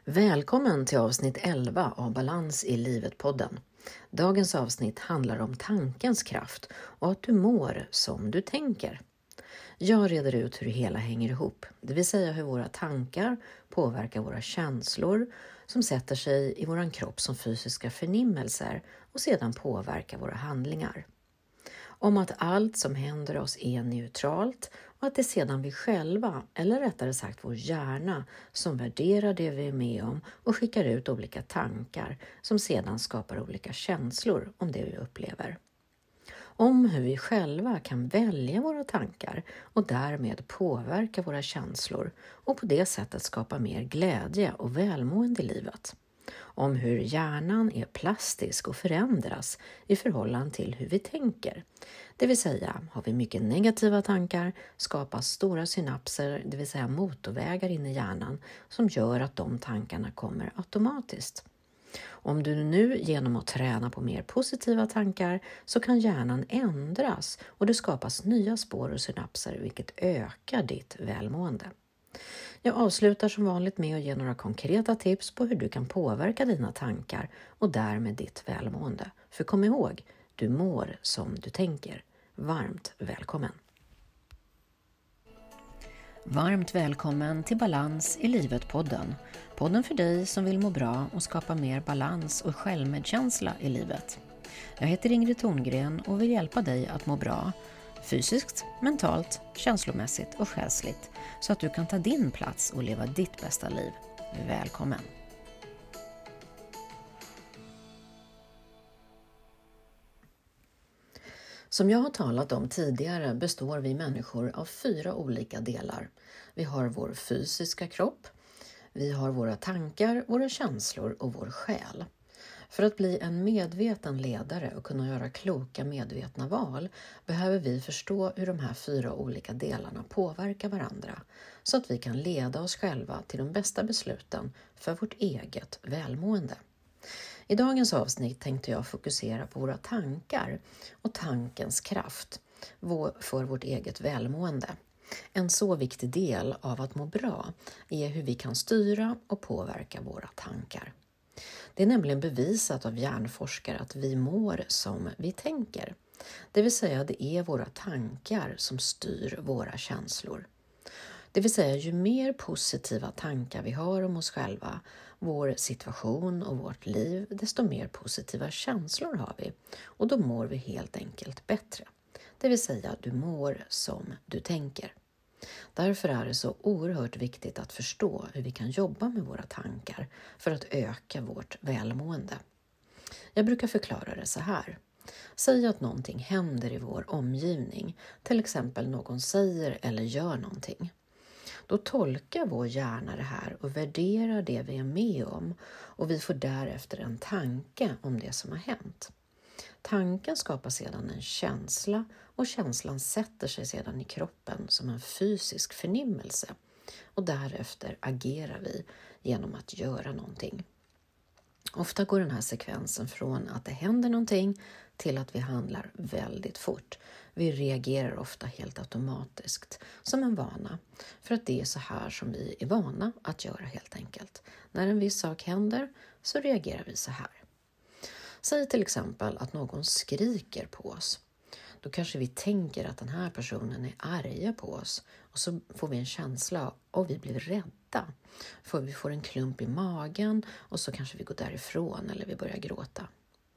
Välkommen till avsnitt 11 av Balans i livet-podden. Dagens avsnitt handlar om tankens kraft och att du mår som du tänker. Jag reder ut hur det hela hänger ihop, det vill säga hur våra tankar påverkar våra känslor som sätter sig i våran kropp som fysiska förnimmelser och sedan påverkar våra handlingar. Om att allt som händer oss är neutralt och att det sedan vi själva, eller rättare sagt vår hjärna, som värderar det vi är med om och skickar ut olika tankar som sedan skapar olika känslor om det vi upplever. Om hur vi själva kan välja våra tankar och därmed påverka våra känslor och på det sättet skapa mer glädje och välmående i livet. Om hur hjärnan är plastisk och förändras i förhållande till hur vi tänker. Det vill säga, har vi mycket negativa tankar skapas stora synapser, det vill säga motorvägar in i hjärnan som gör att de tankarna kommer automatiskt. Om du nu genom att träna på mer positiva tankar så kan hjärnan ändras och det skapas nya spår och synapser vilket ökar ditt välmående. Jag avslutar som vanligt med att ge några konkreta tips på hur du kan påverka dina tankar och därmed ditt välmående. För kom ihåg, du mår som du tänker. Varmt välkommen! Varmt välkommen till Balans i livet-podden. Podden för dig som vill må bra och skapa mer balans och självmedkänsla i livet. Jag heter Ingrid Thorngren och vill hjälpa dig att må bra. Fysiskt, mentalt, känslomässigt och själsligt så att du kan ta din plats och leva ditt bästa liv. Välkommen! Som jag har talat om tidigare består vi människor av 4 olika delar. Vi har vår fysiska kropp, vi har våra tankar, våra känslor och vår själ. För att bli en medveten ledare och kunna göra kloka medvetna val behöver vi förstå hur de här 4 olika delarna påverkar varandra så att vi kan leda oss själva till de bästa besluten för vårt eget välmående. I dagens avsnitt tänkte jag fokusera på våra tankar och tankens kraft för vårt eget välmående. En så viktig del av att må bra är hur vi kan styra och påverka våra tankar. Det är nämligen bevisat av hjärnforskare att vi mår som vi tänker. Det vill säga det är våra tankar som styr våra känslor. Det vill säga ju mer positiva tankar vi har om oss själva, vår situation och vårt liv, desto mer positiva känslor har vi. Och då mår vi helt enkelt bättre. Det vill säga du mår som du tänker. Därför är det så oerhört viktigt att förstå hur vi kan jobba med våra tankar för att öka vårt välmående. Jag brukar förklara det så här. Säg att någonting händer i vår omgivning, till exempel någon säger eller gör någonting. Då tolkar vår hjärna det här och värderar det vi är med om och vi får därefter en tanke om det som har hänt. Tanken skapar sedan en känsla och känslan sätter sig sedan i kroppen som en fysisk förnimmelse och därefter agerar vi genom att göra någonting. Ofta går den här sekvensen från att det händer någonting till att vi handlar väldigt fort. Vi reagerar ofta helt automatiskt som en vana för att det är så här som vi är vana att göra helt enkelt. När en viss sak händer så reagerar vi så här. Säg till exempel att någon skriker på oss. Då kanske vi tänker att den här personen är arga på oss och så får vi en känsla och vi blir rädda. För vi får en klump i magen och så kanske vi går därifrån eller vi börjar gråta.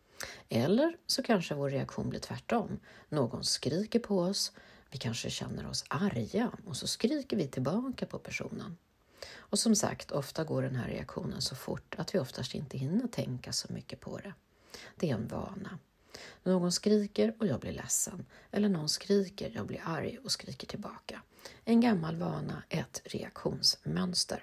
Eller så kanske vår reaktion blir tvärtom. Någon skriker på oss, vi kanske känner oss arga och så skriker vi tillbaka på personen. Och som sagt, ofta går den här reaktionen så fort att vi oftast inte hinner tänka så mycket på det. Det är en vana. Någon skriker och jag blir ledsen. Eller någon skriker, jag blir arg och skriker tillbaka. En gammal vana, ett reaktionsmönster.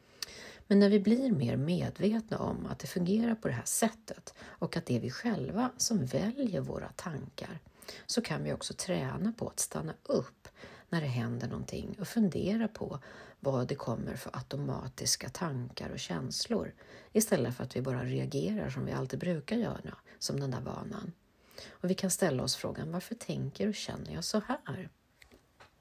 Men när vi blir mer medvetna om att det fungerar på det här sättet och att det är vi själva som väljer våra tankar så kan vi också träna på att stanna upp när det händer någonting och fundera på vad det kommer för automatiska tankar och känslor istället för att vi bara reagerar som vi alltid brukar göra, som den där vanan. Och vi kan ställa oss frågan, varför tänker och känner jag så här?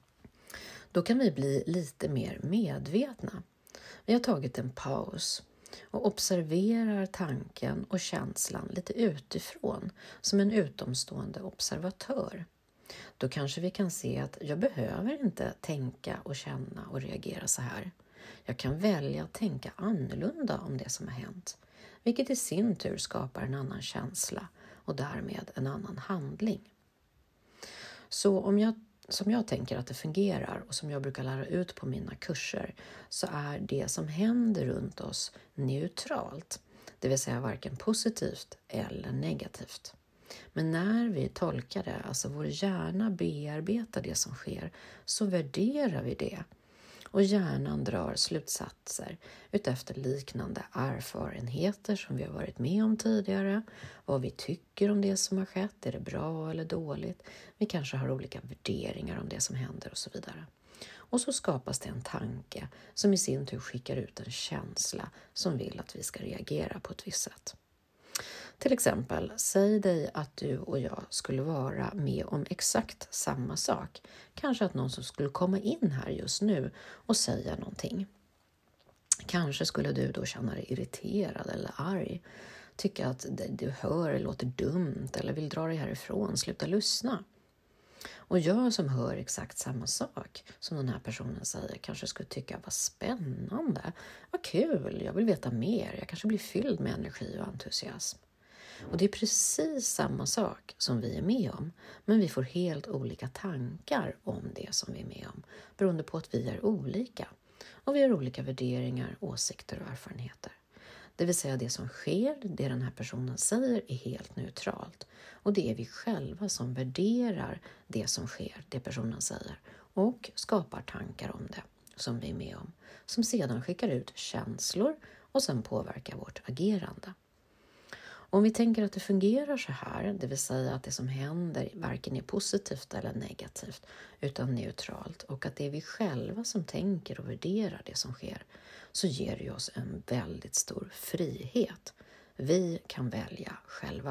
Då kan vi bli lite mer medvetna. Vi har tagit en paus och observerar tanken och känslan lite utifrån som en utomstående observatör. Då kanske vi kan se att jag behöver inte tänka och känna och reagera så här. Jag kan välja att tänka annorlunda om det som har hänt, vilket i sin tur skapar en annan känsla och därmed en annan handling. Så som jag tänker att det fungerar och som jag brukar lära ut på mina kurser, så är det som händer runt oss neutralt, det vill säga varken positivt eller negativt. Men när vi tolkar det, alltså vår hjärna bearbetar det som sker, så värderar vi det. Och hjärnan drar slutsatser utefter liknande erfarenheter som vi har varit med om tidigare, vad vi tycker om det som har skett, är det bra eller dåligt, vi kanske har olika värderingar om det som händer och så vidare. Och så skapas det en tanke som i sin tur skickar ut en känsla som vill att vi ska reagera på ett visst sätt. Till exempel, säg dig att du och jag skulle vara med om exakt samma sak. Kanske att någon som skulle komma in här just nu och säga någonting. Kanske skulle du då känna dig irriterad eller arg. Tycka att det du hör låter dumt eller vill dra dig härifrån, sluta lyssna. Och jag som hör exakt samma sak som den här personen säger kanske skulle tycka vad spännande, vad kul, jag vill veta mer, jag kanske blir fylld med energi och entusiasm. Och det är precis samma sak som vi är med om, men vi får helt olika tankar om det som vi är med om, beroende på att vi är olika. Och vi har olika värderingar, åsikter och erfarenheter. Det vill säga det som sker, det den här personen säger är helt neutralt. Och det är vi själva som värderar det som sker, det personen säger, och skapar tankar om det som vi är med om, som sedan skickar ut känslor och sen påverkar vårt agerande. Om vi tänker att det fungerar så här, det vill säga att det som händer varken är positivt eller negativt utan neutralt, och att det är vi själva som tänker och värderar det som sker, så ger det oss en väldigt stor frihet. Vi kan välja själva.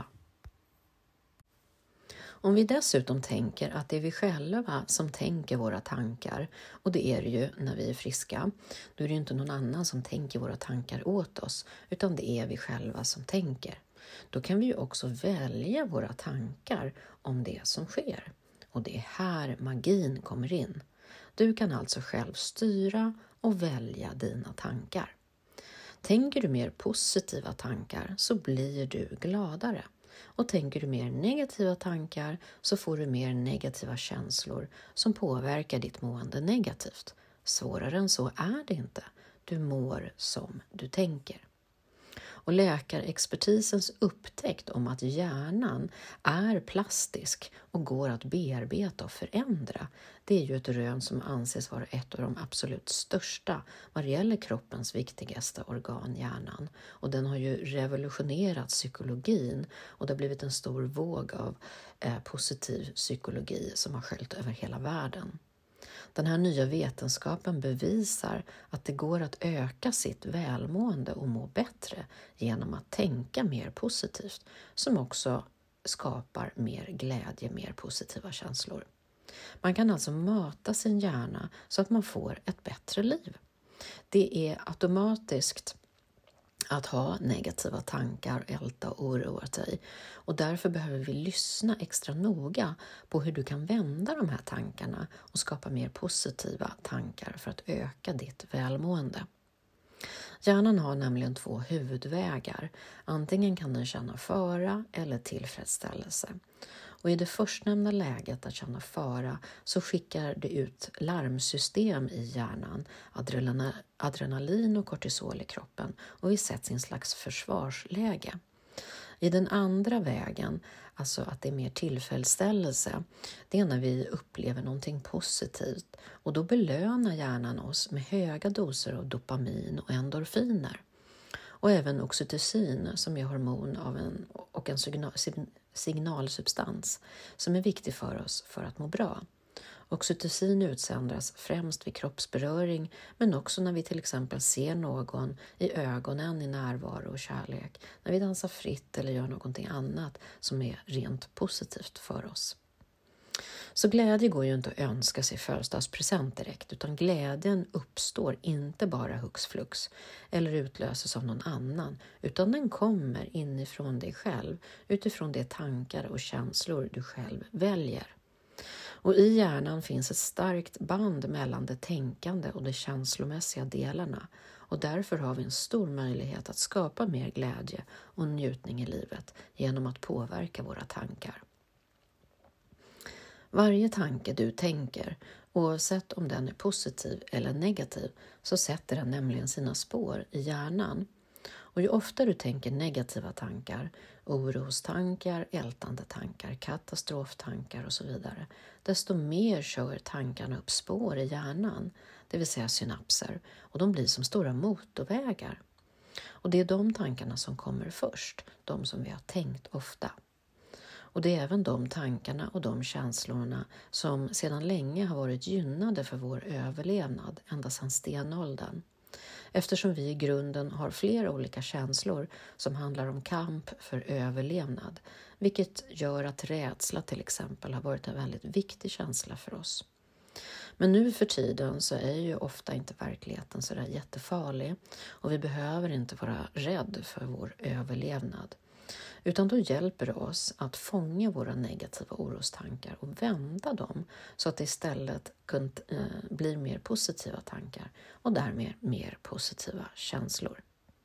Om vi dessutom tänker att det är vi själva som tänker våra tankar, och det är det ju när vi är friska, då är det ju inte någon annan som tänker våra tankar åt oss, utan det är vi själva som tänker. Då kan vi ju också välja våra tankar om det som sker. Och det är här magin kommer in. Du kan alltså själv styra och välja dina tankar. Tänker du mer positiva tankar så blir du gladare. Och tänker du mer negativa tankar så får du mer negativa känslor som påverkar ditt mående negativt. Svårare än så är det inte. Du mår som du tänker. Och läkarexpertisens upptäckt om att hjärnan är plastisk och går att bearbeta och förändra, det är ju ett rön som anses vara ett av de absolut största vad det gäller kroppens viktigaste organ, hjärnan. Och den har ju revolutionerat psykologin, och det har blivit en stor våg av positiv psykologi som har sköljt över hela världen. Den här nya vetenskapen bevisar att det går att öka sitt välmående och må bättre genom att tänka mer positivt, som också skapar mer glädje, mer positiva känslor. Man kan alltså mata sin hjärna så att man får ett bättre liv. Det är automatiskt att ha negativa tankar, älta och oroa dig. Och därför behöver vi lyssna extra noga på hur du kan vända de här tankarna och skapa mer positiva tankar för att öka ditt välmående. Hjärnan har nämligen 2 huvudvägar. Antingen kan den känna fara eller tillfredsställelse. Och i det förstnämnda läget att känna fara så skickar det ut larmsystem i hjärnan, adrenalin och kortisol i kroppen, och vi sätts i en slags försvarsläge. I den andra vägen, alltså att det är mer tillfredsställelse, det är när vi upplever någonting positivt, och då belönar hjärnan oss med höga doser av dopamin och endorfiner. Och även oxytocin som är hormon och en signalsubstans som är viktig för oss för att må bra. Oxytocin utsöndras främst vid kroppsberöring, men också när vi till exempel ser någon i ögonen i närvaro och kärlek, när vi dansar fritt eller gör någonting annat som är rent positivt för oss. Så glädje går ju inte att önska sig födelsedagspresent direkt, utan glädjen uppstår inte bara hux flux eller utlöses av någon annan, utan den kommer inifrån dig själv, utifrån de tankar och känslor du själv väljer. Och i hjärnan finns ett starkt band mellan det tänkande och de känslomässiga delarna, och därför har vi en stor möjlighet att skapa mer glädje och njutning i livet genom att påverka våra tankar. Varje tanke du tänker, oavsett om den är positiv eller negativ, så sätter den nämligen sina spår i hjärnan. Och ju oftare du tänker negativa tankar, orostankar, ältande tankar, katastroftankar och så vidare, desto mer kör tankarna upp spår i hjärnan, det vill säga synapser, och de blir som stora motorvägar. Och det är de tankarna som kommer först, de som vi har tänkt ofta. Och det är även de tankarna och de känslorna som sedan länge har varit gynnade för vår överlevnad ända sedan stenåldern. Eftersom vi i grunden har flera olika känslor som handlar om kamp för överlevnad, vilket gör att rädsla till exempel har varit en väldigt viktig känsla för oss. Men nu för tiden så är ju ofta inte verkligheten så där jättefarlig, och vi behöver inte vara rädd för vår överlevnad. Utan då hjälper det oss att fånga våra negativa orostankar och vända dem så att det istället blir mer positiva tankar och därmed mer positiva känslor.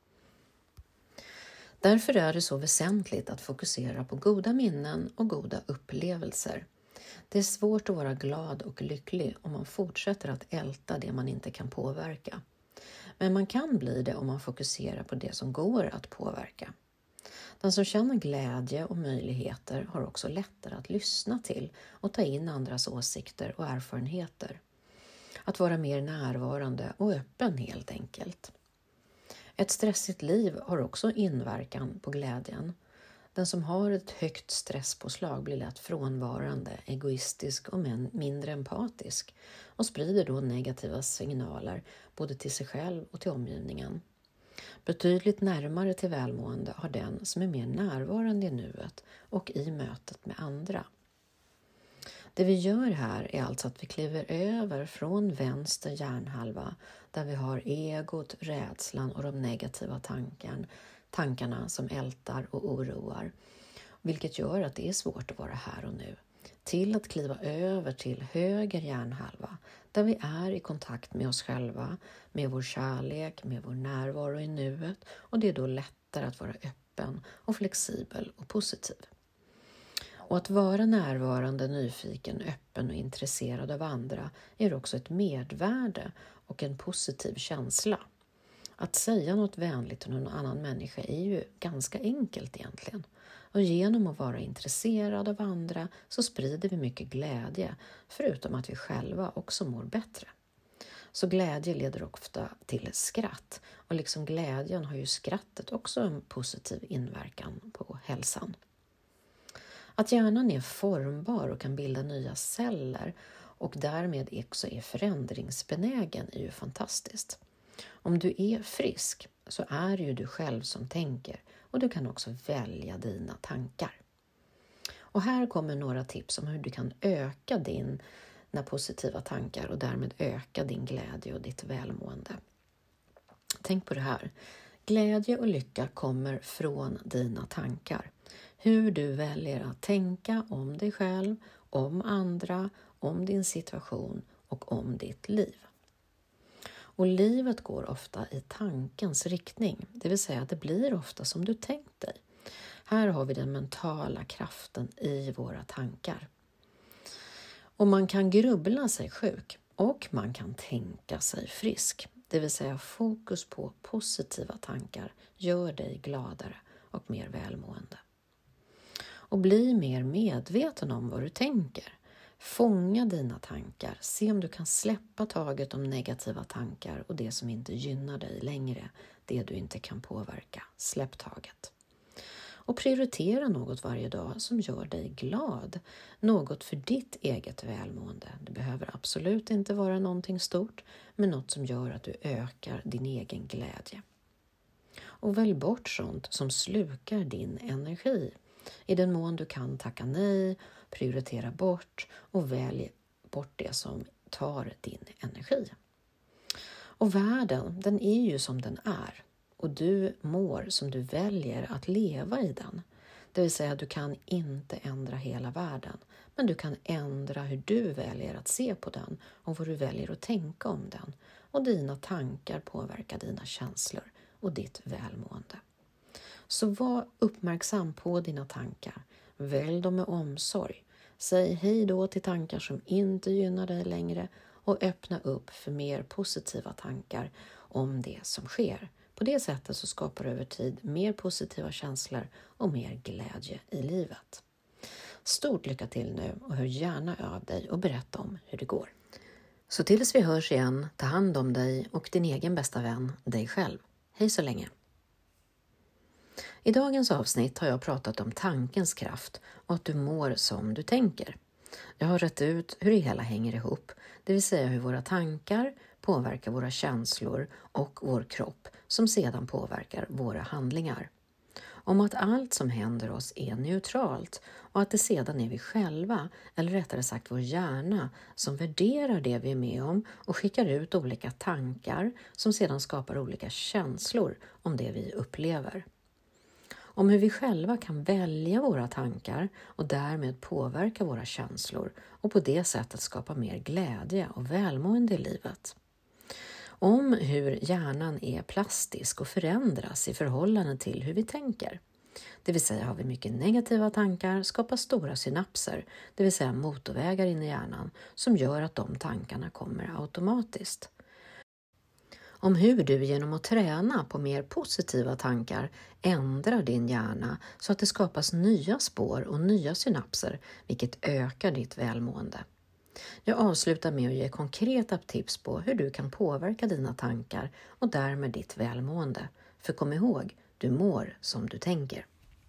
Därför är det så väsentligt att fokusera på goda minnen och goda upplevelser. Det är svårt att vara glad och lycklig om man fortsätter att älta det man inte kan påverka. Men man kan bli det om man fokuserar på det som går att påverka. Den som känner glädje och möjligheter har också lättare att lyssna till och ta in andras åsikter och erfarenheter. Att vara mer närvarande och öppen helt enkelt. Ett stressigt liv har också inverkan på glädjen. Den som har ett högt stresspåslag blir lätt frånvarande, egoistisk och mindre empatisk och sprider då negativa signaler både till sig själv och till omgivningen. Betydligt närmare till välmående har den som är mer närvarande i nuet och i mötet med andra. Det vi gör här är alltså att vi kliver över från vänster hjärnhalva där vi har egot, rädslan och de negativa tankarna som ältar och oroar, vilket gör att det är svårt att vara här och nu, till att kliva över till höger hjärnhalva där vi är i kontakt med oss själva, med vår kärlek, med vår närvaro i nuet, och det är då lättare att vara öppen och flexibel och positiv. Och att vara närvarande, nyfiken, öppen och intresserad av andra är också ett medvärde och en positiv känsla. Att säga något vänligt till någon annan människa är ju ganska enkelt egentligen. Och genom att vara intresserad av andra så sprider vi mycket glädje, förutom att vi själva också mår bättre. Så glädje leder ofta till skratt, och liksom glädjen har ju skrattet också en positiv inverkan på hälsan. Att hjärnan är formbar och kan bilda nya celler och därmed också är förändringsbenägen är ju fantastiskt. Om du är frisk så är det ju du själv som tänker, och du kan också välja dina tankar. Och här kommer några tips om hur du kan öka dina positiva tankar och därmed öka din glädje och ditt välmående. Tänk på det här. Glädje och lycka kommer från dina tankar. Hur du väljer att tänka om dig själv, om andra, om din situation och om ditt liv. Och livet går ofta i tankens riktning, det vill säga att det blir ofta som du tänkt dig. Här har vi den mentala kraften i våra tankar. Och man kan grubbla sig sjuk och man kan tänka sig frisk. Det vill säga fokus på positiva tankar gör dig gladare och mer välmående. Och bli mer medveten om vad du tänker. Fånga dina tankar, se om du kan släppa taget om negativa tankar och det som inte gynnar dig längre, det du inte kan påverka. Släpp taget. Och prioritera något varje dag som gör dig glad. Något för ditt eget välmående. Det behöver absolut inte vara någonting stort, men något som gör att du ökar din egen glädje. Och välj bort sånt som slukar din energi. I den mån du kan tacka nej, prioritera bort och välj bort det som tar din energi. Och världen, den är ju som den är. Och du mår som du väljer att leva i den. Det vill säga, du kan inte ändra hela världen. Men du kan ändra hur du väljer att se på den och vad du väljer att tänka om den. Och dina tankar påverkar dina känslor och ditt välmående. Så var uppmärksam på dina tankar. Välj dem med omsorg. Säg hej då till tankar som inte gynnar dig längre och öppna upp för mer positiva tankar om det som sker. På det sättet så skapar du över tid mer positiva känslor och mer glädje i livet. Stort lycka till nu och hör gärna av dig och berätta om hur det går. Så tills vi hörs igen, ta hand om dig och din egen bästa vän, dig själv. Hej så länge! I dagens avsnitt har jag pratat om tankens kraft och att du mår som du tänker. Jag har rätt ut hur det hela hänger ihop, det vill säga hur våra tankar påverkar våra känslor och vår kropp som sedan påverkar våra handlingar. Om att allt som händer oss är neutralt och att det sedan är vi själva, eller rättare sagt vår hjärna, som värderar det vi är med om och skickar ut olika tankar som sedan skapar olika känslor om det vi upplever. Om hur vi själva kan välja våra tankar och därmed påverka våra känslor och på det sättet skapa mer glädje och välmående i livet. Om hur hjärnan är plastisk och förändras i förhållande till hur vi tänker. Det vill säga, har vi mycket negativa tankar skapas stora synapser, det vill säga motorvägar in i hjärnan som gör att de tankarna kommer automatiskt. Om hur du genom att träna på mer positiva tankar ändrar din hjärna så att det skapas nya spår och nya synapser, vilket ökar ditt välmående. Jag avslutar med att ge konkreta tips på hur du kan påverka dina tankar och därmed ditt välmående. För kom ihåg, du mår som du tänker.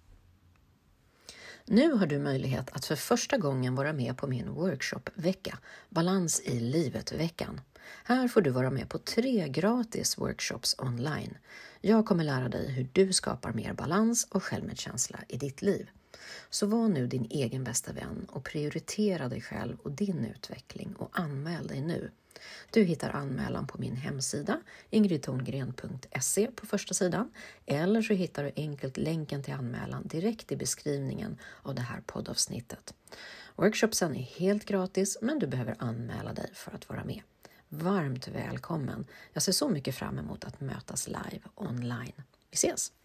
Nu har du möjlighet att för första gången vara med på min workshopvecka, Balans i livet-veckan. Här får du vara med på 3 gratis workshops online. Jag kommer lära dig hur du skapar mer balans och självmedkänsla i ditt liv. Så var nu din egen bästa vän och prioritera dig själv och din utveckling och anmäl dig nu. Du hittar anmälan på min hemsida ingridthorngren.se på första sidan, eller så hittar du enkelt länken till anmälan direkt i beskrivningen av det här poddavsnittet. Workshopsen är helt gratis, men du behöver anmäla dig för att vara med. Varmt välkommen! Jag ser så mycket fram emot att mötas live online. Vi ses!